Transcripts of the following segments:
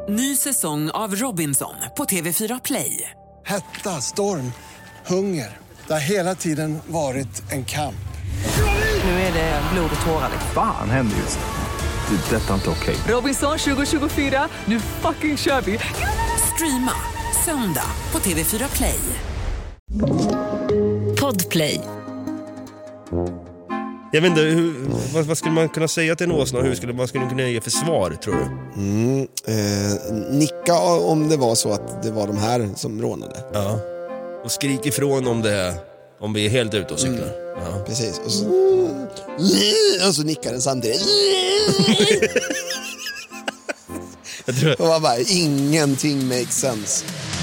Ny säsong av Robinson på TV4 Play. Hetta, storm, hunger. Det har hela tiden varit en kamp. Nu är det blod och tårar. Fan händer just nu. Det. Detta är inte okej. Robinson 2024, nu fucking kör vi. Streama söndag på TV4 Play. Podplay. Jag vet inte, vad skulle man kunna säga till en åsna? Vad skulle man kunna ge för svar, tror du? Nicka om det var så att det var de här som rånade. Ja. Och skrik ifrån om vi är helt ute och cyklar. Ja. Precis. Och så nickar den samtidigt. Jag tror Det var bara, ingenting makes sense.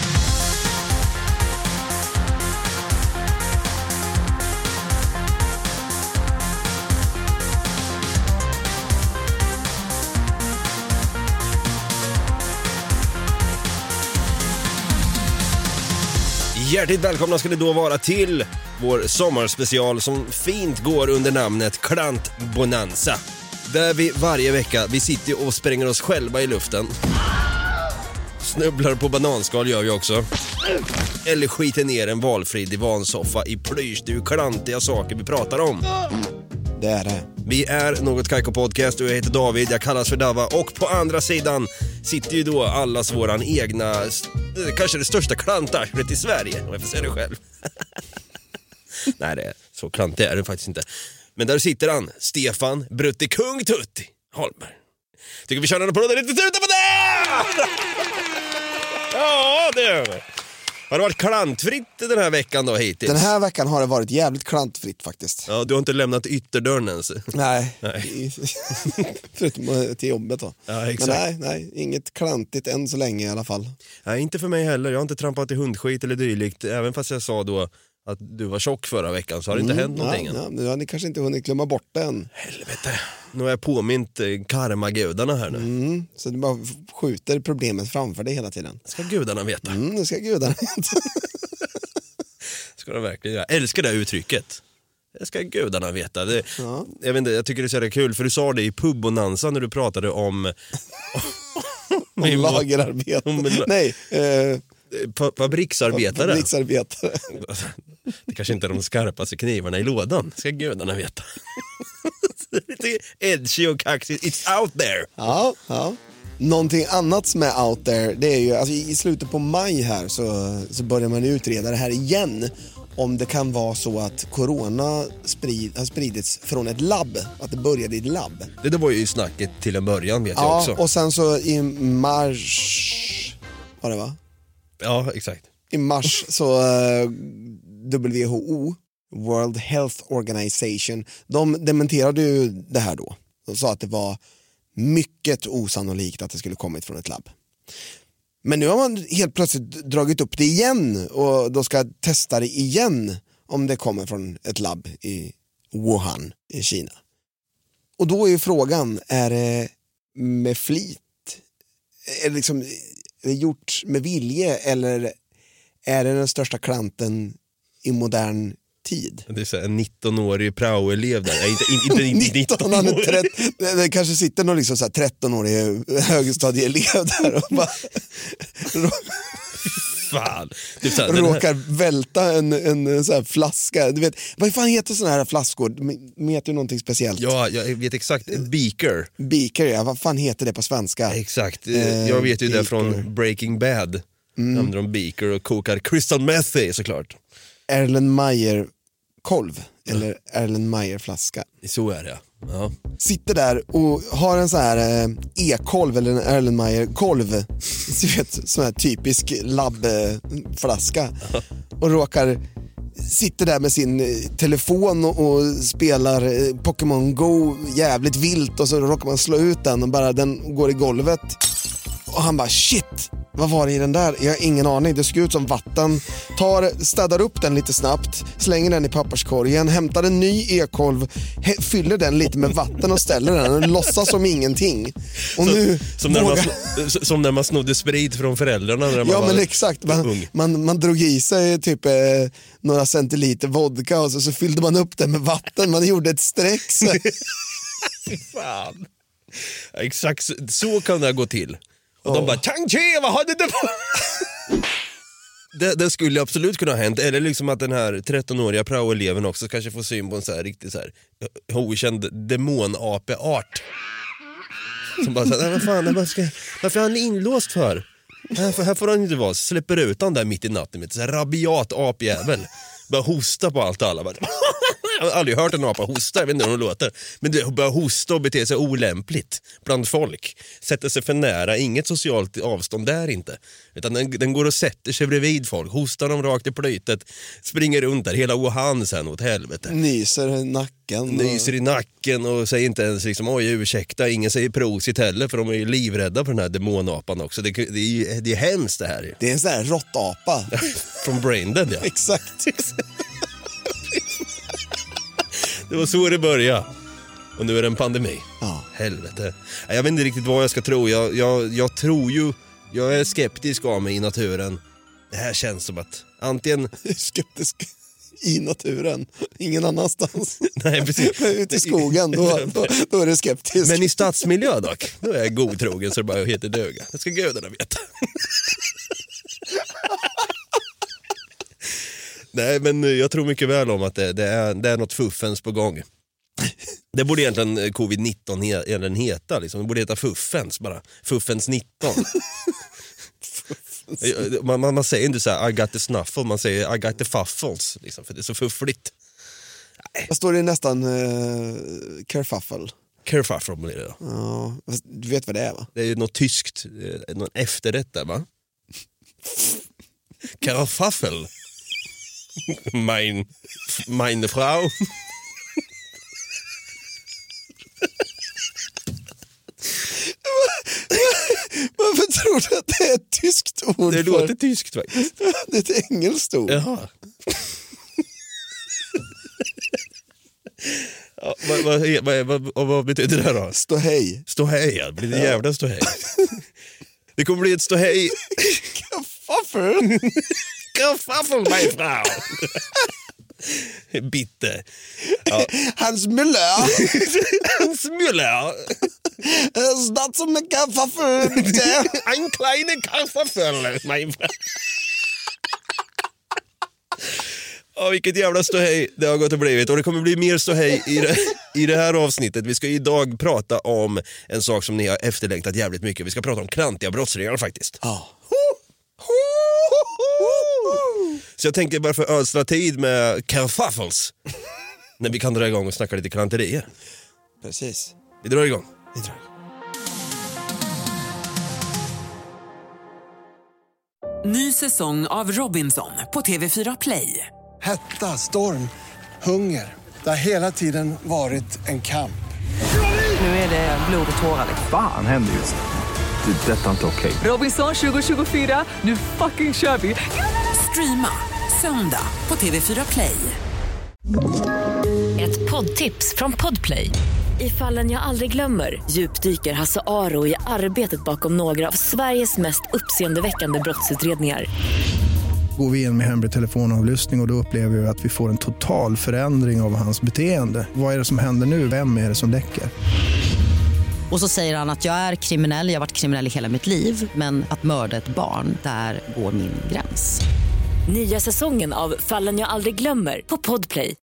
Hjärtligt välkomna ska ni då vara till vår sommarspecial som fint går under namnet Klant Bonanza. Där vi varje vecka, vi sitter och spränger oss själva i luften. Snubblar på bananskal gör vi också. Eller skiter ner en valfri divansoffa i plysch. Det är ju klantiga saker vi pratar om. Det är det. Vi är Något Kaiko Podcast och jag heter David, jag kallas för Dava. Och på andra sidan sitter ju då allas våran egna, kanske det största klantarslet i Sverige, om jag får säga det själv. Nej, det är så klantig är det faktiskt inte. Men där sitter han, Stefan Brutti Kung Tutti Holmberg. Tycker vi kör den på lite tuta på det! Ja, det gör vi. Har det varit klantfritt den här veckan då hittills? Den här veckan har det varit jävligt klantfritt faktiskt. Ja, du har inte lämnat ytterdörren ens. Nej. Förutom till jobbet då. Ja, exakt. Men nej, inget klantigt än så länge i alla fall. Nej, inte för mig heller. Jag har inte trampat i hundskit eller dylikt. Även fast jag sa då att du var tjock förra veckan så har det inte hänt någonting än. Ja, nu har ni kanske inte hunnit glömma bort det än. Helvete. Nu har jag påmint karmagudarna här nu. Så du bara skjuter problemet framför dig hela tiden. Ska gudarna veta. Det ska gudarna veta. Ska de verkligen göra. Jag älskar det här uttrycket. Det ska gudarna veta. Det, jag vet inte, jag tycker det är så kul. För du sa det i pubbonanza när du pratade om... om lagerarbete. Nej, fabriksarbetare. Fabriksarbetare. Det kanske inte är de skarpaste knivarna i lådan. Ska gudarna veta. Lite edgy och kaxigt. It's out there. Ja. Någonting annat som är out there, det är ju alltså, i slutet på maj här så börjar man utreda det här igen. Om det kan vara så att corona har spridits från ett labb. Att det började i ett labb. Det var ju snacket till en början, vet jag också. Ja, och sen så i mars... Var det va? Ja, exakt. I mars så WHO, World Health Organization, de dementerade ju det här då. De sa att det var mycket osannolikt att det skulle kommit från ett labb. Men nu har man helt plötsligt dragit upp det igen och då ska testa det igen om det kommer från ett labb i Wuhan i Kina. Och då är ju frågan, är det med flit? Är det gjort med vilje eller är det den största klanten i modern tid? Det är så en 19-årig praoelev där. Inte 19 år. Det kanske sitter någon liksom så här 13-årig högstadieelev där och bara fan. Typ så här, råkar välta en så här flaska. Du vet, vad fan heter såna här flaskor? De heter ju någonting speciellt. Ja, jag vet exakt. Beaker. Beaker, ja. Vad fan heter det på svenska? Exakt. Jag vet ju det från Breaking Bad. Använder de beaker och kokar crystal meth i, såklart. Erlenmeyer kolv eller Erlenmeyer flaska. Så är det, ja. Sitter där och har en sån här e-kolv eller en Erlenmeyer kolv. Du vet, sån här typisk labbflaska. Och råkar sitter där med sin telefon och spelar Pokémon Go jävligt vilt och så råkar man slå ut den och bara den går i golvet. Och han bara shit, vad var det i den där? Jag har ingen aning, det såg ut som vatten. Städar upp den lite snabbt, slänger den i papperskorgen, hämtar en ny e-kolv, fyller den lite med vatten och ställer den och låtsas som ingenting. Och nu som när man snodde sprit från föräldrarna när man var men exakt, man drog i sig typ några centiliter vodka och så fyllde man upp den med vatten, man gjorde ett streck. Fan. Exakt, så kan det gå till. Och de bara, Chang-Chi, vad hade du på? Det skulle absolut kunna ha hänt. Eller liksom att den här 13-åriga praoeleven också kanske får syn på en så här riktigt så här okänd demonapeart. Som bara såhär, vad fan, varför är han inlåst för? Här får han inte vara. Släpper ut han där mitt i natten med ett så här rabiat apjävel. Bara hosta på allt och alla. Jag har aldrig hört en apa hosta, jag vet inte hur de låter. Men det börjar hosta och bete sig olämpligt bland folk. Sätter sig för nära, inget socialt avstånd där inte. Utan den går och sätter sig bredvid folk. Hostar dem rakt i plytet. Springer runt där, hela Wuhan sen åt helvete. Nyser i nacken och säger inte ens liksom, oj ursäkta, ingen säger prosit heller. För de är ju livrädda för den här demonapan också. Det är hemskt det här. Det är en sån här råttapa. Från Braindead, ja. Exakt. Det var så det började. Och nu är det en pandemi. Ja. Helvete. Jag vet inte riktigt vad jag ska tro. Jag tror ju, jag är skeptisk av mig i naturen. Det här känns som att antingen... Skeptisk i naturen, ingen annanstans. Nej, precis. Ute i skogen, då är det skeptisk. Men i stadsmiljö dock, då är jag godtrogen så det bara heter duga. Det ska gudarna veta. Nej, men jag tror mycket väl om att det är något fuffens på gång. Det borde egentligen covid-19 heta liksom. Det borde heta fuffens bara. Fuffens 19. man säger inte så här I got the snuffle, man säger I got the fuffles liksom, för det är så fuffligt. Vad står det nästan kerfuffle? Kerfuffle blir det då. Ja, du vet vad det är, va? Det är ju något tyskt, någon efterrätt där, va? Kerfuffle. Meine Frau. Varför tror du att det är ett tyskt ord? Det låter tyskt faktiskt. Det är ett engelskt ord. Jaha. Ja, vad betyder det då? Stå hej. Stå hej, ja. Det blir det jävla stå hej. Det kommer bli ett stå hej. Kerfuffle. Kerfuffle, my Frau. Bitte. Ja. Hans Müller. Hans Müller. Snart som en kerfuffle, bitte. Ein kleine Kerfuffle, my Frau. Ja, vilket jävla ståhej det har gått och blivit. Och det kommer bli mer ståhej i det här avsnittet. Vi ska idag prata om en sak som ni har efterlängtat jävligt mycket. Vi ska prata om klantiga brottslingar faktiskt. Ja. Så jag tänkte bara för ödsla tid med kerfuffles när vi kan dra igång och snacka lite klanterier. Precis. Vi drar igång. Ny säsong av Robinson på TV4 Play. Hetta, storm, hunger. Det har hela tiden varit en kamp. Nu är det blod och tårar. Fan händer just det. Det är detta inte okej. Robinson 2024, nu fucking kör vi. Streama söndag på TV4 Play. Ett poddtips från Podplay. I Fallen jag aldrig glömmer djupdyker Hasse Aro i arbetet bakom några av Sveriges mest uppseendeväckande brottsutredningar. Går vi in med hemlig telefonavlyssning och då upplever vi att vi får en total förändring av hans beteende. Vad är det som händer nu? Vem är det som läcker? Och så säger han att jag är kriminell, jag har varit kriminell i hela mitt liv. Men att mörda ett barn, där går min gräns. Nya säsongen av Fallen jag aldrig glömmer på Podplay.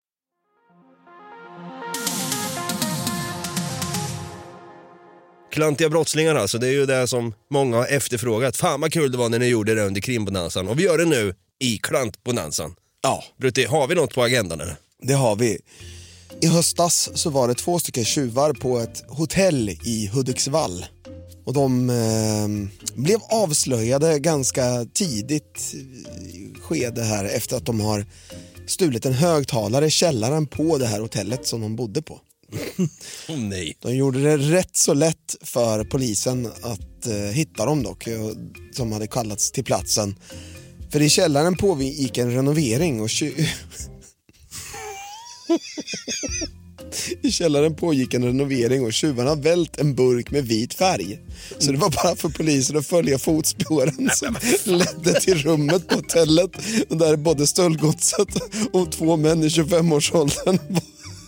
Klantiga brottslingar alltså, det är ju det som många har efterfrågat. Fan vad kul det var när ni gjorde det under krimbonanzan. Och vi gör det nu i klantbonanzan. Ja. Brutti, har vi något på agendan eller? Det har vi. I höstas så var det 2 stycken tjuvar på ett hotell i Hudiksvall. Och de blev avslöjade ganska tidigt i skede här efter att de har stulit en högtalare i källaren på det här hotellet som de bodde på. Oh, nej. De gjorde det rätt så lätt för polisen att hitta dem dock, som hade kallats till platsen. För i källaren pågick en renovering och i källaren pågick en renovering och tjuvarna vält en burk med vit färg. Så det var bara för polisen att följa fotspåren som ledde till rummet på hotellet. Och där både stöldgodset och 2 män i 25-årsåldern.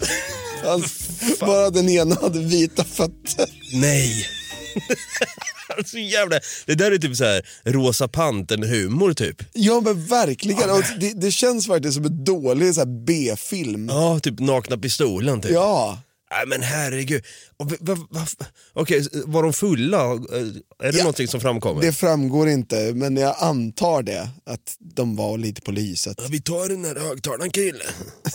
Bara den ena hade vita fötter. Nej. Så jävla, det där är typ så här Rosa Pantern-humor typ. Ja men verkligen, och det känns faktiskt som en dålig så här B-film. Ja, typ Nakna pistolen typ. Ja. Nej men herregud. Okej, var de fulla? Är det någonting som framkommer? Det framgår inte, men jag antar det. Att de var lite på lyset. Ja, vi tar den här högtalaren, kille.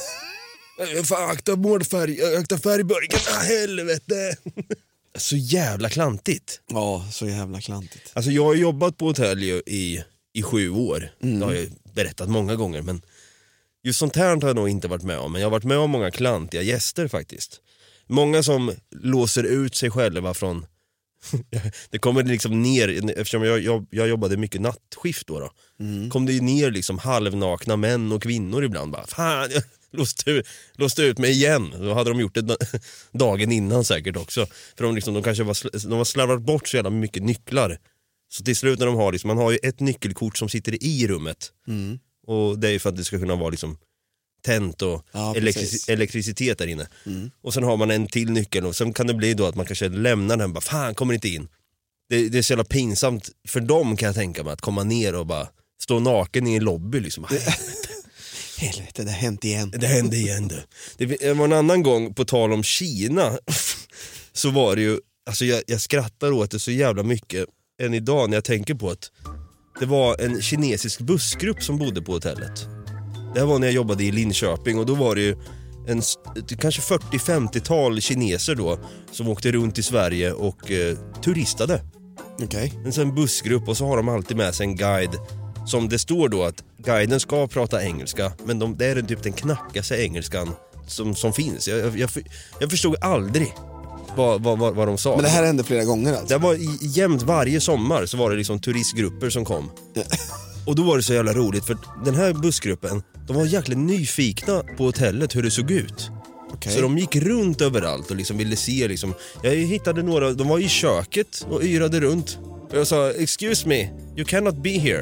Fan, akta färgburken. Helvete. Så jävla klantigt. Ja, så jävla klantigt. Alltså jag har jobbat på hotell i 7 år. Det har jag berättat många gånger. Men just sånt här har jag nog inte varit med om. Men jag har varit med om många klantiga gäster faktiskt. Många som låser ut sig själva från... Det kommer liksom ner, eftersom jag jobbade mycket nattskift då. Kom det ju ner liksom halvnakna män och kvinnor ibland. Bara, fan, jag låste ut mig igen. Då hade de gjort det dagen innan säkert också. För de kanske var slarvat bort så jävla mycket nycklar. Så till slut när de har liksom, man har ju ett nyckelkort som sitter i rummet. Och det är ju för att det ska kunna vara liksom tänt och elektricitet där inne. Och sen har man en till nyckel och sen kan det bli då att man kanske lämnar den, bara fan, kommer inte in. Det är så jävla pinsamt för dem, kan jag tänka mig, att komma ner och bara stå naken i en lobby liksom. Helvete, det har hänt igen. Det hände igen det var en annan gång, på tal om Kina, så var det ju, alltså jag skrattar åt det så jävla mycket än idag när jag tänker på att det var en kinesisk bussgrupp som bodde på hotellet. Det här var när jag jobbade i Linköping, och då var det ju kanske 40-50-tal kineser då som åkte runt i Sverige och turistade. Okej. En sån bussgrupp, och så har de alltid med sig en guide som det står då att guiden ska prata engelska, men det är typ den knackaste engelskan som finns. Jag förstod aldrig vad de sa. Men det här hände flera gånger alltså? Det var jämnt varje sommar så var det liksom turistgrupper som kom. Och då var det så jävla roligt, för den här bussgruppen, de var jäkligt nyfikna på hotellet, hur det såg ut. Okay. Så de gick runt överallt och liksom ville se liksom. Jag hittade några, de var i köket och yrade runt. Och jag sa, excuse me, you cannot be here.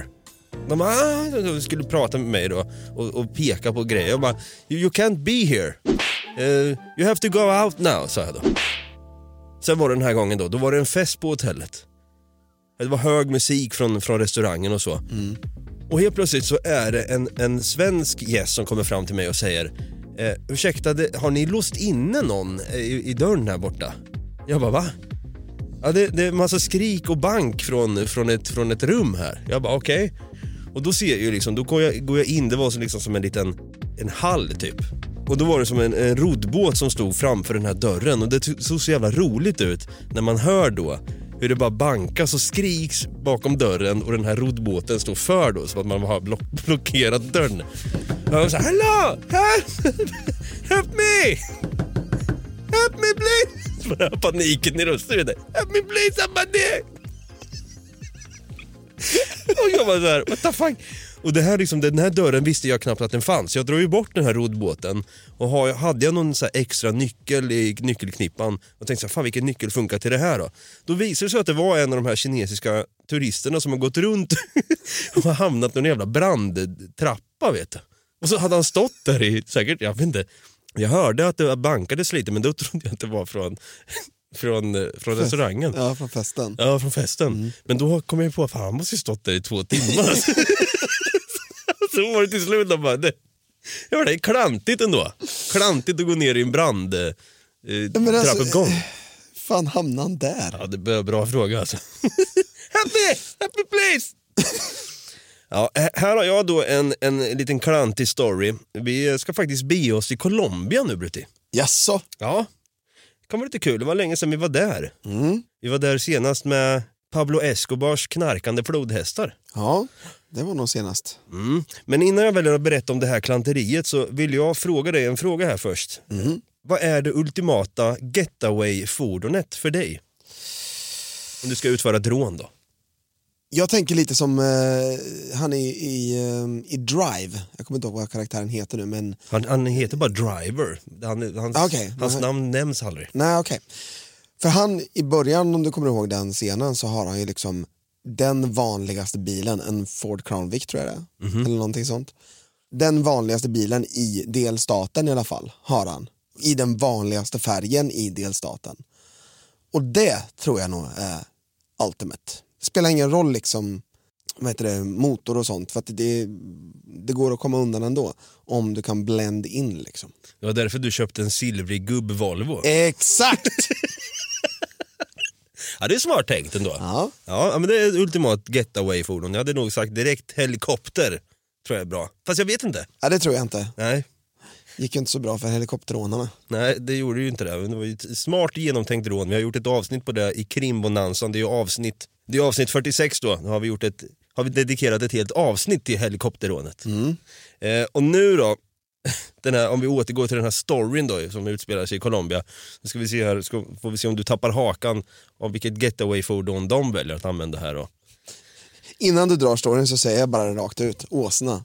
De skulle prata med mig då och peka på grejer. Jag bara, you can't be here. You have to go out now, sa jag då. Sen var det den här gången då var det en fest på hotellet. Det var hög musik från restaurangen och så. Och helt plötsligt så är det en svensk gäst som kommer fram till mig och säger, ursäkta, har ni låst inne någon i dörren här borta? Jag bara, va? Ja, det är massa skrik och bank från ett rum här. Jag bara, okej. Och då ser jag ju liksom, då går jag in, det var så liksom som en hall typ. Och då var det som en roddbåt som stod framför den här dörren. Och det såg så jävla roligt ut när man hör då hur det bara bankas och skriks bakom dörren, och den här roddbåten står för då, så att man har blockerat dörren. Och jag var så här, hello, help me, help me please. Bara paniken i rösten, help me please, somebody. Och jag var så här, what the fuck. Och det här liksom, den här dörren visste jag knappt att den fanns. Jag drog ju bort den här roddbåten och hade jag någon så här extra nyckel i nyckelknippan och tänkte så här, fan, vilken nyckel funkar till det här då? Då visade det sig att det var en av de här kinesiska turisterna som har gått runt och har hamnat i någon jävla brandtrappa, vet du. Och så hade han stått där i säkert, jag vet inte. Jag hörde att det bankades lite, men då trodde jag att det var från restaurangen. Ja, från festen. Ja, från festen. Men då kom jag på, fan, han måste ju stått där i 2 timmar. Så var det till slut och bara, det är klantigt ändå. Klantigt att gå ner i en trappuppgång. Fan, hamnade han där? Ja, det är en bra fråga alltså. Help me please. Ja, här har jag då en liten klantig story. Vi ska faktiskt bege oss till Colombia nu, Brutti. Jaså? Ja, det kan vara lite kul. Det var länge sedan vi var där. Vi var där senast med Pablo Escobars knarkande flodhästar. Ja, det var nog senast. Men innan jag väljer att berätta om det här klanteriet så vill jag fråga dig en fråga här först. Vad är det ultimata getaway-fordonet för dig? Om du ska utföra ett rån då. Jag tänker lite som han i Drive. Jag kommer inte ihåg vad karaktären heter nu, men... Han heter bara Driver. Hans namn nämns aldrig. Nej, okej. För han i början, om du kommer ihåg den scenen, så har han ju liksom den vanligaste bilen, en Ford Crown Vic tror jag det är. Eller någonting sånt. Den vanligaste bilen i delstaten i alla fall har han. I den vanligaste färgen i delstaten. Och det tror jag nog är ultimate. Det spelar ingen roll liksom, vad heter det, motor och sånt, för att det går att komma undan ändå om du kan blend in liksom. Det var därför du köpte en silvrig gubb Volvo. Exakt! Ja, det är smart tänkt ändå. Ja, men det är ett ultimat getaway-fordon. Jag hade nog sagt direkt helikopter, tror jag är bra. Fast jag vet inte. Ja, det tror jag inte. Nej. Gick ju inte så bra för helikopterrånarna. Nej, det gjorde ju inte det. Det var ju ett smart genomtänkt rån. Vi har gjort ett avsnitt på det i Krimbonanzan. Det är ju avsnitt 46 då. Då har vi dedikerat ett helt avsnitt till helikopterrånet. Och nu då, om vi återgår till den här storyn då, som utspelar sig i Colombia, så ska vi se här, får vi se om du tappar hakan av vilket getaway-fordon de väljer att använda här då. Innan du drar storyn så säger jag bara rakt ut, åsna.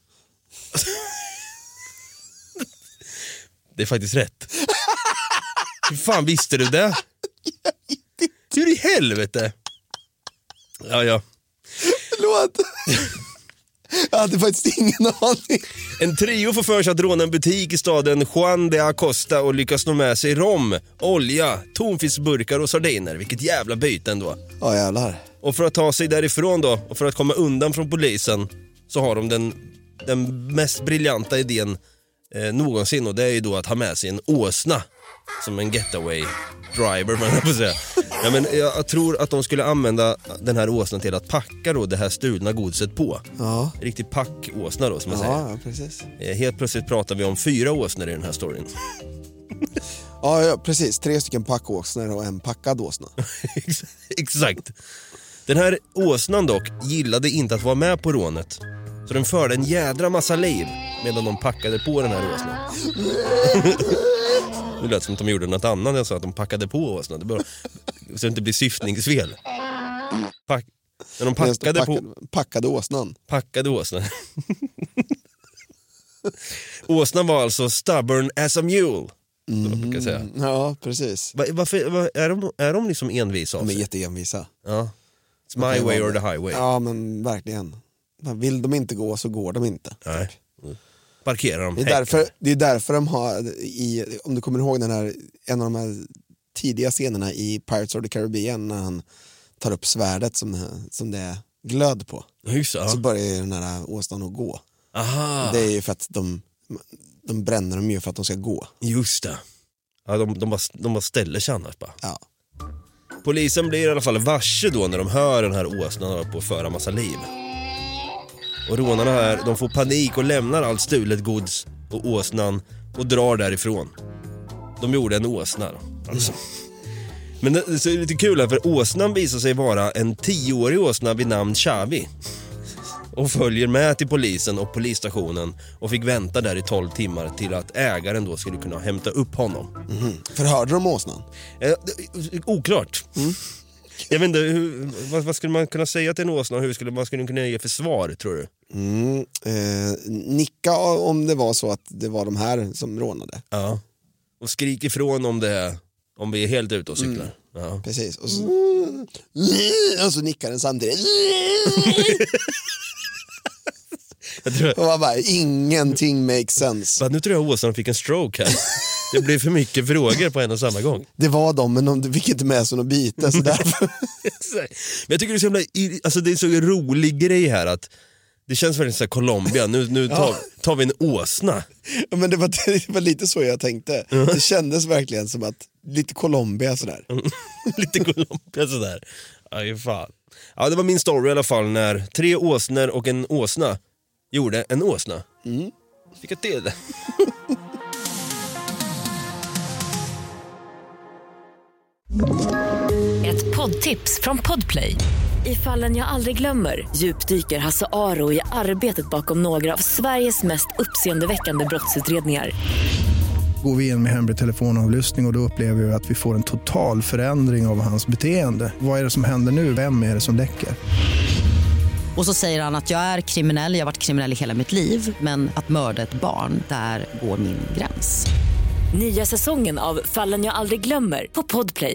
Det är faktiskt rätt. Hur fan visste du det? Hur i helvete? Ja. Förlåt. Jag hade faktiskt ingen aning. En trio får för sig att råna en butik i staden Juan de Acosta och lyckas nå med sig rom, olja, tonfiskburkar och sardiner. Vilket jävla byte ändå. Ja, jävlar. Och för att ta sig därifrån då, och för att komma undan från polisen, så har de den mest briljanta idén någonsin, och det är ju då att ha med sig en åsna som en getaway driver, man får säga. Ja, men jag tror att de skulle använda den här åsnan till att packa då det här stulna godset på. Ja. Riktigt packåsna då, som man säger. Ja, precis. Helt plötsligt pratar vi om 4 åsnor i den här storyn. Ja, precis. 3 stycken packåsnor och en packad åsna. Exakt. Den här åsnan dock gillade inte att vara med på rånet. Så den förde en jädra massa liv medan de packade på den här åsnan. Det lät som att de gjorde något annat. Jag sa att de packade på åsnan. Det bara, så det inte blir syftningsfel. När de packade åsnan. Packade åsnan. Åsnan var alltså stubborn as a mule. Kan jag säga. Ja, precis. Varför är de liksom envisa av sig? De är jätteenvisa. Ja. It's my way or the highway. Ja, men verkligen. Vill de inte gå så går de inte. Nej. Parkerar de. Det är därför de har om du kommer ihåg en av de här tidiga scenerna i Pirates of the Caribbean, när han tar upp svärdet som det är glöd på. Så börjar den här åsnan att gå. Aha. Det är ju för att de bränner dem ju för att de ska gå. Just det. Ja, de bara ställer sig annars bara. Ja. Polisen blir i alla fall varse då när de hör den här åsnan på att föra massa liv. Och rånarna här, de får panik och lämnar allt stulet gods och åsnan och drar därifrån. De gjorde en åsna alltså. Men det är lite kul här, för åsnan visar sig vara en 10-årig åsna vid namn Xavi. Och följer med till polisen och polisstationen och fick vänta där i 12 timmar till att ägaren då skulle kunna hämta upp honom. Förhörde de åsnan? Oklart. Jag vet inte, vad skulle man kunna säga till en åsna? Hur skulle man kunna ge för svar, tror du? Nicka om det var så att det var de här som rånade. Ja. Och skrik ifrån om vi är helt ute och cyklar. Ja. Precis. Och så nickar den samtidigt. Och man bara, ingenting makes sense. Nu tror jag åsnan fick en stroke här. Det blev för mycket frågor på en och samma gång. Det var de, men de fick inte med sig något byte. Så därför. Men jag tycker det är så jävla, alltså det är så rolig grej här att det känns verkligen så här Colombia. Nu tar vi en åsna. Ja, men det var lite så jag tänkte. Det kändes verkligen som att lite Colombia sådär. Lite Colombia sådär. Aj fan. Ja, det var min story i alla fall, när 3 åsnor och en åsna gjorde en åsna. Vilka till det? Ett poddtips från Podplay. I Fallen jag aldrig glömmer djupdyker Hasse Aro i arbetet bakom några av Sveriges mest uppseendeväckande brottsutredningar. Går vi in med hemlig telefonavlyssning och då upplever vi att vi får en total förändring av hans beteende. Vad är det som händer nu? Vem är det som läcker? Och så säger han att jag är kriminell, jag har varit kriminell i hela mitt liv. Men att mörda ett barn, där går min gräns. Nya säsongen av Fallen jag aldrig glömmer på Podplay.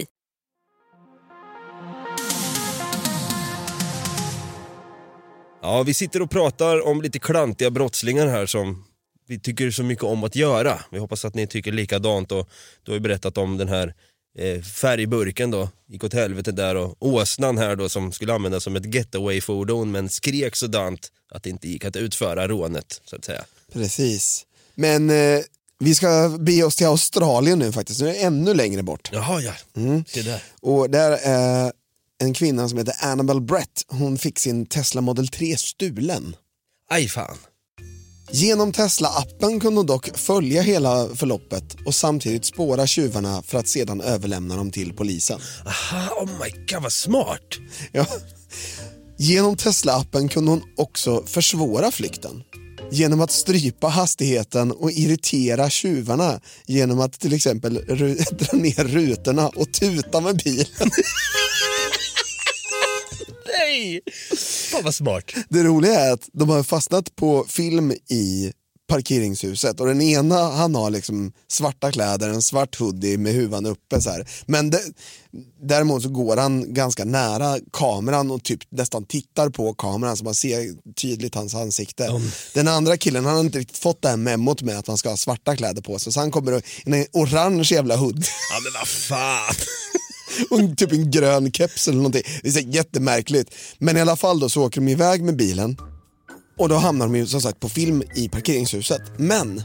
Ja, vi sitter och pratar om lite klantiga brottslingar här som vi tycker så mycket om att göra. Vi hoppas att ni tycker likadant, och då har vi berättat om den här Färgburken då gick åt helvete där, och åsnan här då som skulle användas som ett getaway-fordon men skrek sådant att det inte gick att utföra rånet, så att säga. Precis. Men vi ska be oss till Australien nu faktiskt. Nu är det ännu längre bort. Jaha, ja. Det där. Och där är en kvinna som heter Annabelle Brett. Hon fick sin Tesla Model 3 stulen. Aj fan. Genom Tesla-appen kunde hon dock följa hela förloppet och samtidigt spåra tjuvarna för att sedan överlämna dem till polisen. Aha, oh my god, vad smart. Ja. Genom Tesla-appen kunde hon också försvåra flykten. Genom att strypa hastigheten och irritera tjuvarna genom att till exempel dra ner rutorna och tuta med bilen. Nej! Fan vad smart. Det roliga är att de har fastnat på film i parkeringshuset och den ena, han har liksom svarta kläder, en svart hoodie med huvan uppe så här. Men däremot så går han ganska nära kameran och typ nästan tittar på kameran så man ser tydligt hans ansikte. Den andra killen, han har inte riktigt fått det här memot med att man ska ha svarta kläder på sig, så han kommer i en orange jävla hood. Ja men vad fan. Och typ en grön keps eller någonting. Det är så jättemärkligt. Men i alla fall då så åker de iväg med bilen. Och då hamnar de ju som sagt på film i parkeringshuset. Men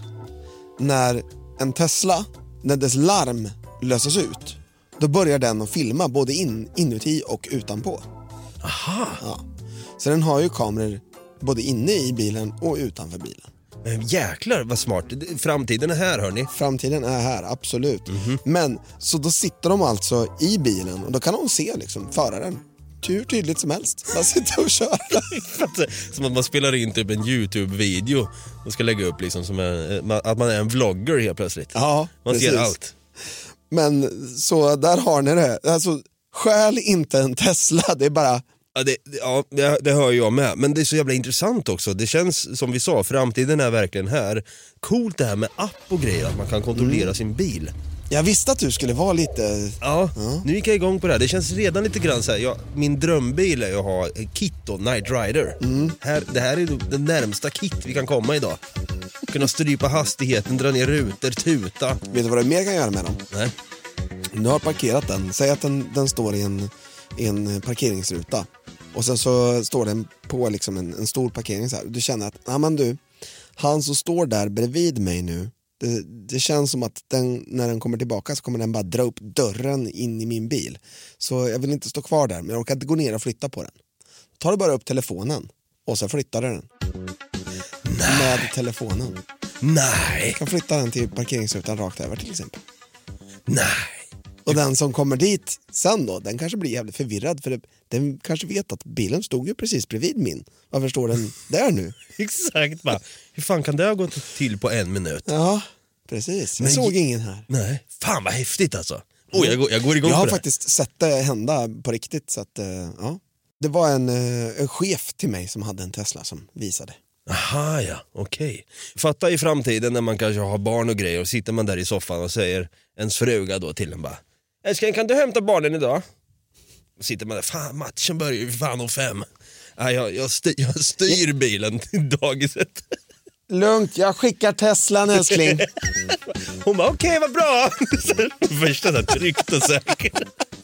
när en Tesla, när dess larm löses ut, då börjar den att filma både inuti och utanpå. Aha. Ja. Så den har ju kameror både inne i bilen och utanför bilen. Men jäklar vad smart. Framtiden är här, hörni. Framtiden är här, absolut. Men så då sitter de alltså i bilen och då kan de se liksom föraren hur tydligt som helst. Man sitter och kör. Som att man spelar in typ en YouTube-video och ska lägga upp liksom som att man är en vlogger helt plötsligt. Ja, man precis. ser allt. Men så där har ni det. Alltså, stjäl inte en Tesla, det är bara... Ja, det hör jag med. Men det är så jävla intressant också. Det känns, som vi sa, framtiden är verkligen här. Coolt det här med app och grejer, att man kan kontrollera sin bil. Jag visste att du skulle vara lite... Ja, nu gick jag igång på det här. Det känns redan lite grann så här. Min drömbil är att ha en Kit Night Rider. Det här är den närmsta Kit vi kan komma idag. Kunna strypa hastigheten, dra ner rutor, tuta. Vet du vad du mer kan göra med dem? Nej. Du har parkerat den. Säg att den står i en parkeringsruta. Och sen så står den på liksom en stor parkering så här. Du känner att, men du, han som står där bredvid mig nu, det känns som att när den kommer tillbaka så kommer den bara dra upp dörren in i min bil. Så jag vill inte stå kvar där, men jag orkar inte gå ner och flytta på den. Ta du bara upp telefonen och så flyttar du den. Nej. Med telefonen. Nej. Du kan flytta den till parkeringsrutan rakt över till exempel. Nej. Och den som kommer dit sen då, den kanske blir jävligt förvirrad för den kanske vet att bilen stod ju precis bredvid min. Varför står den där nu? Exakt, bara. Hur fan kan det ha gått till på 1 minut? Ja, precis. Jag såg ingen här. Nej, fan vad häftigt alltså. Jag går igång på det. Jag har faktiskt sett det hända på riktigt så att, ja. Det var en chef till mig som hade en Tesla som visade. Aha, ja, okej. Fatta i framtiden när man kanske har barn och grejer och sitter man där i soffan och säger ens fruga då till en bara: älskling, kan du hämta barnen idag? Och sitter man där, fan matchen börjar ju fan om 5. Jag styr bilen till dagiset. Lugnt, jag skickar Teslan älskling. Hon bara, okej, vad bra. Första där, tryggt och säkert.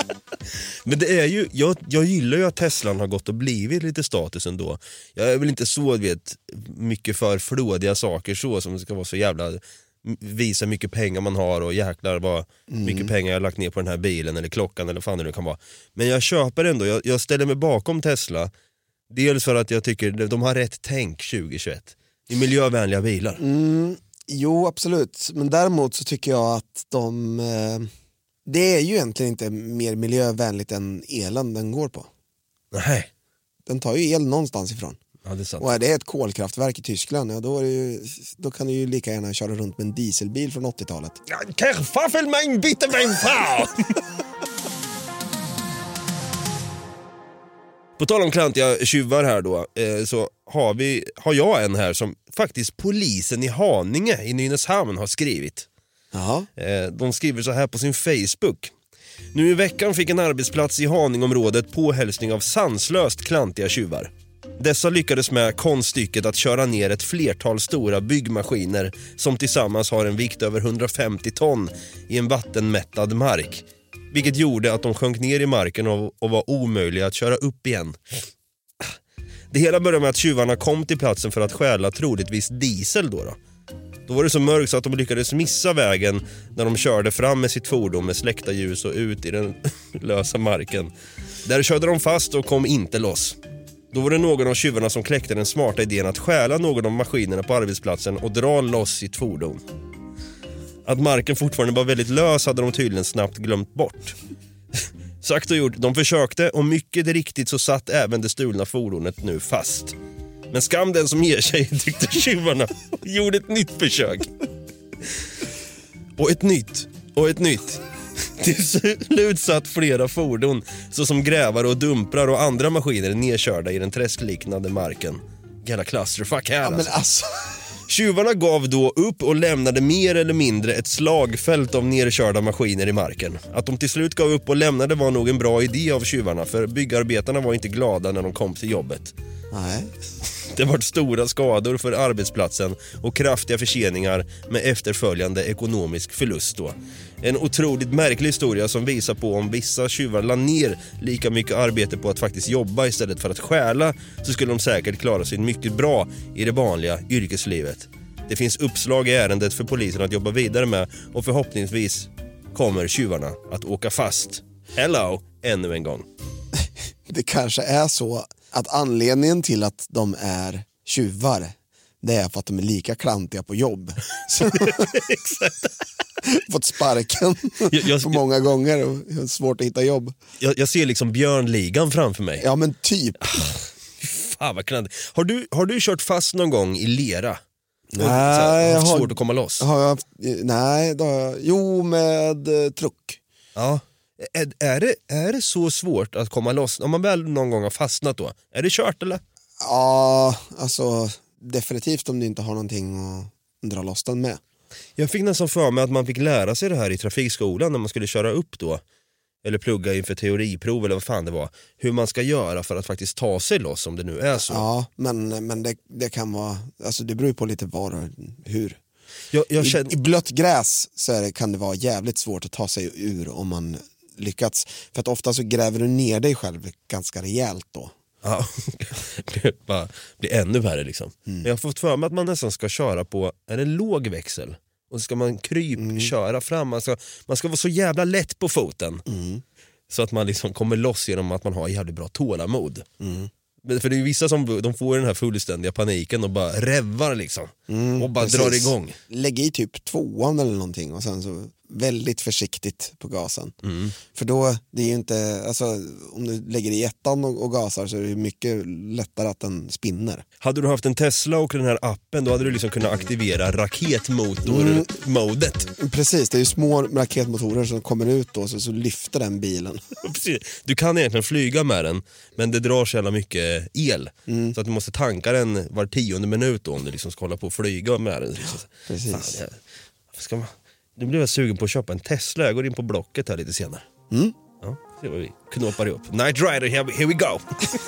Men det är ju, jag gillar ju att Teslan har gått och blivit lite status ändå. Jag är väl inte så mycket för flådiga saker så som ska vara så jävla, visa mycket pengar man har och jäklar vad mycket pengar jag har lagt ner på den här bilen eller klockan eller fan det kan vara. Men jag köper ändå, jag ställer mig bakom Tesla. Dels för att jag tycker de har rätt tänk 2021 i miljövänliga bilar. Jo, absolut. Men däremot så tycker jag att det är ju egentligen inte mer miljövänligt än elen den går på. Nej. Den tar ju el någonstans ifrån. Ja, det är sant. Och är det ett kolkraftverk i Tyskland, ja, då kan du ju lika gärna köra runt med en dieselbil från 80-talet. Kerfaffel mein bitte mein Frau! På tal om klantiga tjuvar här då, så har jag en här som faktiskt polisen i Haninge i Nynäshamn har skrivit. Jaha. De skriver så här på sin Facebook: nu i veckan fick en arbetsplats i Haningområdet påhälsning av sanslöst klantiga tjuvar. Dessa lyckades med konststycket att köra ner ett flertal stora byggmaskiner som tillsammans har en vikt över 150 ton i en vattenmättad mark. vilket gjorde att de sjönk ner i marken och var omöjliga att köra upp igen. Det hela började med att tjuvarna kom till platsen för att stjäla troligtvis diesel då. Då var det så mörkt så att de lyckades missa vägen när de körde fram med sitt fordon med släckta ljus och ut i den lösa marken. Där körde de fast och kom inte loss. Då var det någon av tjuvarna som kläckte den smarta idén att stjäla någon av maskinerna på arbetsplatsen och dra loss sitt fordon. Att marken fortfarande var väldigt lös hade de tydligen snabbt glömt bort. Sagt och gjort, de försökte och mycket riktigt så satt även det stulna fordonet nu fast. Men skam den som ger sig, tyckte tjuvarna och gjorde ett nytt försök. Och ett nytt. Till slut satt flera fordon såsom grävare och dumprar och andra maskiner nedkörda i den träskliknande marken. Jävla clusterfuck här Men alltså... Tjuvarna gav då upp och lämnade mer eller mindre ett slagfält av nedkörda maskiner i marken. Att de till slut gav upp och lämnade var nog en bra idé av tjuvarna, för byggarbetarna var inte glada när de kom till jobbet. Nej. Det var stora skador för arbetsplatsen och kraftiga förseningar med efterföljande ekonomisk förlust då. En otroligt märklig historia som visar på om vissa tjuvar la ner lika mycket arbete på att faktiskt jobba istället för att stjäla, så skulle de säkert klara sig mycket bra i det vanliga yrkeslivet. Det finns uppslag i ärendet för polisen att jobba vidare med och förhoppningsvis kommer tjuvarna att åka fast. Hello, ännu en gång. Det kanske är så att anledningen till att de är tjuvar, det är för att de är lika klantiga på jobb. Exakt. Fått sparken för många gånger och har svårt att hitta jobb. Jag ser liksom Björnligan framför mig. Ja, men typ. Fan vad klantigt. Har du kört fast någon gång i lera? Nej, jag har svårt att komma loss. Nej, jo, med truck. Ja. Är det så svårt att komma loss om man väl någon gång har fastnat då? Är det kört eller? Ja, alltså definitivt om du inte har någonting att dra loss den med. Jag fick nästan för mig att man fick lära sig det här i trafikskolan när man skulle köra upp då. Eller plugga inför teoriprov eller vad fan det var. Hur man ska göra för att faktiskt ta sig loss om det nu är så. Ja, men det kan vara, alltså det beror på lite var och hur. I blött gräs så kan det vara jävligt svårt att ta sig ur om man lyckats. För att ofta så gräver du ner dig själv ganska rejält då. Ja, det blir ännu värre liksom. Men jag har fått för mig att man nästan ska köra på en låg växel. Och så ska man köra fram. Man ska vara så jävla lätt på foten. Så att man liksom kommer loss genom att man har jävligt bra tålamod. För det är vissa som de får den här fullständiga paniken och bara revvar liksom. Och bara drar igång. Lägg i typ 2:an eller någonting och sen så väldigt försiktigt på gasen. För då, det är ju inte, alltså om du lägger i 1:an och gasar så är det mycket lättare att den spinner. Hade du haft en Tesla och den här appen, då hade du liksom kunnat aktivera raketmotor-modet. Precis, det är ju små raketmotorer som kommer ut då, så lyfter den bilen. Du kan egentligen flyga med den, men det drar så jävla mycket el. Så att du måste tanka den var 10:e minut då, om du liksom ska hålla på och flyga med den. Precis. Fan, nu blir jag sugen på att köpa en Tesla. Jag går in på Blocket här lite senare. Ja, se vad vi knåpar ihop. Night Rider, here we go!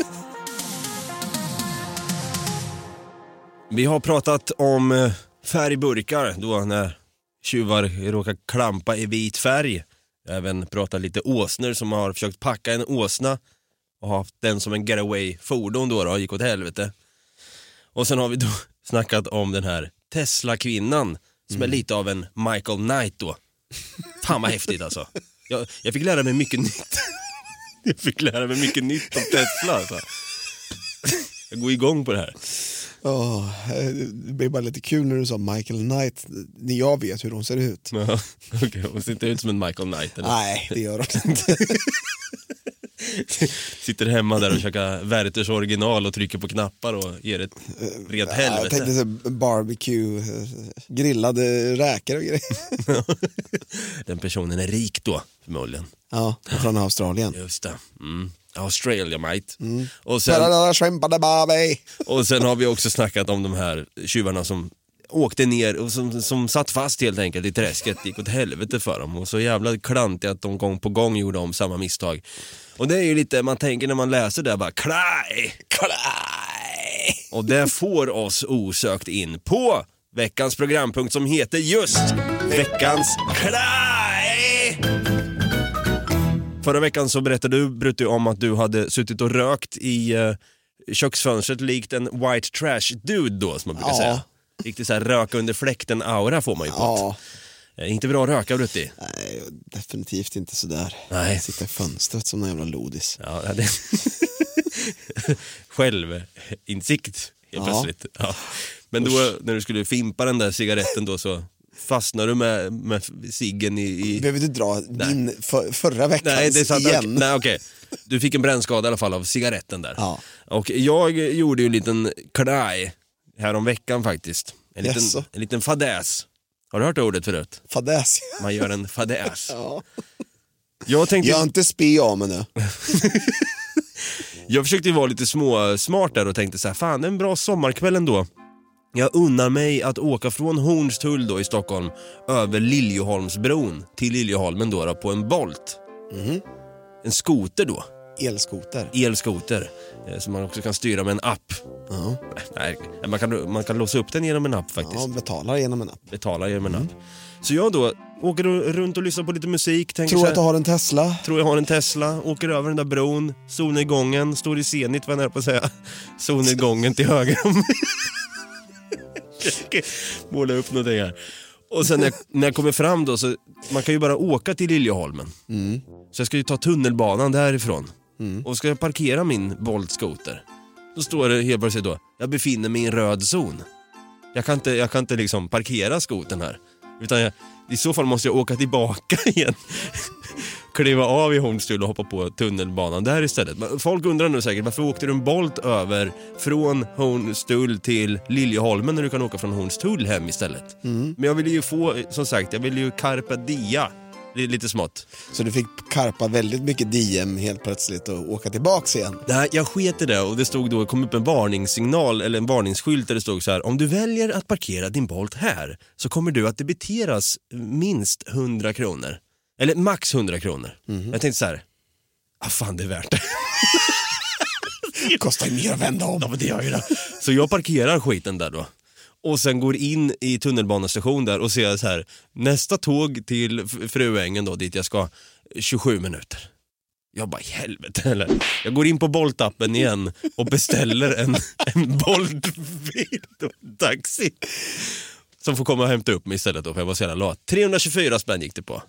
Vi har pratat om färgburkar då när tjuvar råkar klampa i vit färg. Jag har även pratat lite åsnor som har försökt packa en åsna och haft den som en getaway-fordon då gick åt helvete. Och sen har vi då snackat om den här Tesla-kvinnan som är lite av en Michael Knight då. Fan vad häftigt alltså. Jag fick lära mig mycket nytt. Jag fick lära mig mycket nytt om Tesla alltså. Jag går igång på det här. Det blir bara lite kul när du sa Michael Knight. När jag vet hur de ser ut. Ja, okej, hon ser inte ut som en Michael Knight eller? Nej, det gör de inte. Sitter hemma där och käkar Werthers original och trycker på knappar och ger ett rent helvete. Jag tänkte så barbecue, grillade räkor och grejer. Den personen är rik då, förmodligen. Ja, från Australien. Just det. Australia, mate. Och sen har vi också snackat om de här tjuvarna som åkte ner och som satt fast helt enkelt i träsket. Det gick åt helvete för dem. Och så jävla klantigt att de gång på gång gjorde om samma misstag. Och det är ju lite, man tänker när man läser det bara klaj. Och det får oss osökt in på veckans programpunkt som heter just Veckans klaj. Förra veckan så berättade du, Brutti, om att du hade suttit och rökt i köksfönstret likt en white trash dude då, som man brukar säga. Riktigt så här röka under fläkten aura får man ju på. Inte bra att röka, Brutti. Nej, definitivt inte sådär. Nej. Sitta i fönstret som en jävla lodis. Ja, det... Självinsikt helt plötsligt. Ja. Men då när du skulle fimpa den där cigaretten då så fastnar du med ciggen i... Behöver du dra din förra veckans nej, det är sant, igen? Nej, okej. Du fick en brännskada i alla fall av cigaretten där. Ja. Och jag gjorde ju en liten knaj här om veckan faktiskt. En liten fadäs. Har du hört ordet förut? Fadäs. Man gör en fadäs. Ja. Jag tänkte... Jag har inte spy av mig nu. Jag försökte ju vara lite smart där och tänkte så här, fan, en bra sommarkväll ändå. Jag unnar mig att åka från Hornstull då i Stockholm över Liljeholmsbron till Liljeholmen då på en Bolt. En skoter då. Elskoter. Som man också kan styra med en app. Nej, man kan låsa upp den genom en app faktiskt. Ja, betalar genom en app. Så jag då åker runt och lyssnar på lite musik. Tror att du har en Tesla? Tror jag har en Tesla. Åker över den där bron. Solnedgången. Står i Zenit, vad är det på att säga? Solnedgången till höger om mig. Måla upp någonting här. Och sen när jag kommer fram då, så man kan ju bara åka till Liljeholmen. Så jag ska ju ta tunnelbanan därifrån. Och ska jag parkera min Bolt-skoter, då står det helt plötsligt då, jag befinner mig i en röd zon. Jag kan inte liksom parkera skoten här. Utan i så fall måste jag åka tillbaka igen. Kliva av i Hornstull och hoppa på tunnelbanan där istället. Folk undrar nu säkert, varför åkte du en Bolt över från Hornstull till Liljeholmen när du kan åka från Hornstull hem istället? Men jag ville ju jag ville ju carpa dia. Det är lite smått. Så du fick karpa väldigt mycket diem helt plötsligt och åka tillbaks igen? Nej, jag sket i det och det stod då, kom upp en varningssignal eller en varningsskylt där det stod så här: om du väljer att parkera din Bolt här så kommer du att debiteras minst 100 kronor. Eller max 100 kronor. Jag tänkte så här, fan det är värt det. Det kostar ju mer att vända om. Ja, men det gör ju det. Så jag parkerar skiten där då. Och sen går in i tunnelbanestation där och ser så här, nästa tåg till Fruängen då, dit jag ska, 27 minuter. Jag bara, helvete eller? Jag går in på Bolt-appen igen och beställer en Bolt-bil och en taxi. Som får komma och hämta upp mig istället då, för jag var så jävla lat. 324 spänn gick det på.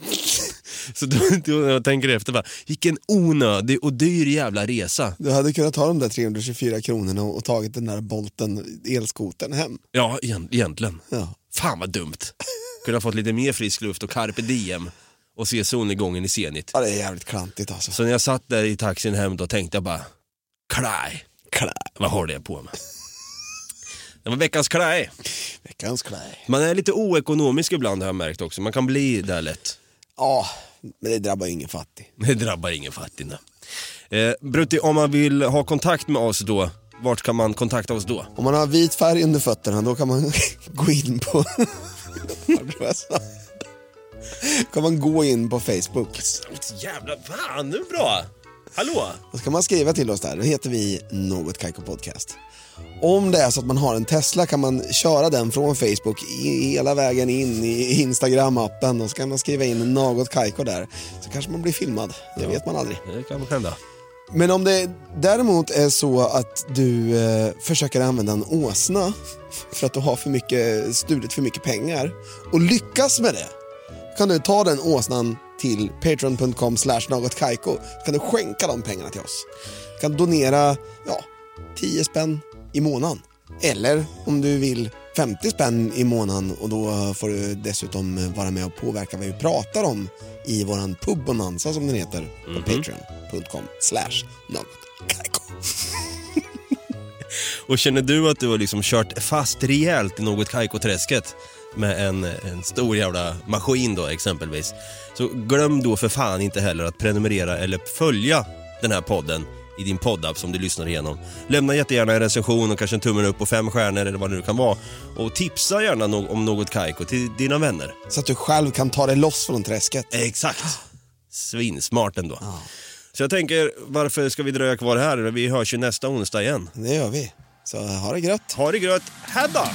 Så då jag tänker efter bara, vilken onödig och dyr jävla resa. Du hade kunnat ta de där 324 kronorna och tagit den där Bolten, elskoten hem. Ja, egentligen. Ja. Fan vad dumt. Kunde ha fått lite mer frisk luft och carpe diem och se solnedgången i Zenit. Ja, det är jävligt klantigt alltså. Så när jag satt där i taxin hem då tänkte jag bara, klaj. Vad har det på mig? Det var veckans klaj. Man är lite oekonomisk ibland, har jag märkt också. Man kan bli där lätt. Ja, men det drabbar ingen fattig. Det drabbar ingen fattig. Brutti, om man vill ha kontakt med oss då, vart kan man kontakta oss då? Om man har vit färg under fötterna, då kan man gå in på kan man gå in på Facebook. Jävla fan, nu bra. Hallå? Då ska man skriva till oss där. Då heter vi Något Kaiko Podcast. Om det är så att man har en Tesla kan man köra den från Facebook hela vägen in i Instagram-appen, och så kan man skriva in Något Kaiko där. Så kanske man blir filmad. Det vet man aldrig. Det kan hända. Men om det däremot är så att du försöker använda en åsna för att du har stulit för mycket pengar och lyckas med det, kan du ta den åsnan till patreon.com/nogotkaiko. Kan du skänka de pengarna till oss. Du kan donera 10 spänn i månaden. Eller om du vill 50 spänn i månaden, och då får du dessutom vara med och påverka vad vi pratar om i våran pubbonanza som den heter på patreon.com/nogotkaiko. Och känner du att du har liksom kört fast rejält i Något Kaiko-träsket med en stor jävla maskin då exempelvis, så glöm då för fan inte heller att prenumerera eller följa den här podden i din poddapp som du lyssnar igenom. Lämna jättegärna en recension och kanske en tummen upp på 5 stjärnor eller vad det nu kan vara. Och tipsa gärna om Något Kaiko till dina vänner. Så att du själv kan ta dig loss från träsket. Exakt. Svinsmart ändå. Så jag tänker, varför ska vi dröja kvar här? Vi hörs ju nästa onsdag igen. Det gör vi. Så ha det grött. Ha det grött. Hej då!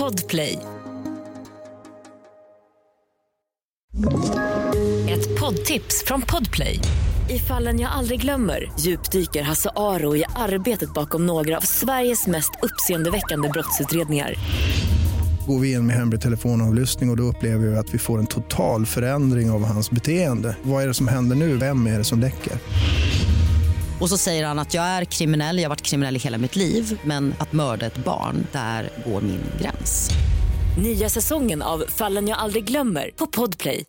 Podplay. Ett poddtips från Podplay. I fallen jag aldrig glömmer djupdyker Hasse Aro i arbetet bakom några av Sveriges mest uppseendeväckande brottsutredningar. Går vi in med hemlig telefonavlyssning och då upplever vi att vi får en total förändring av hans beteende. Vad är det som händer nu? Vem är det som läcker? Och så säger han att jag är kriminell, jag har varit kriminell i hela mitt liv. Men att mörda ett barn, där går min gräns. Nya säsongen av Fallen jag aldrig glömmer på Podplay.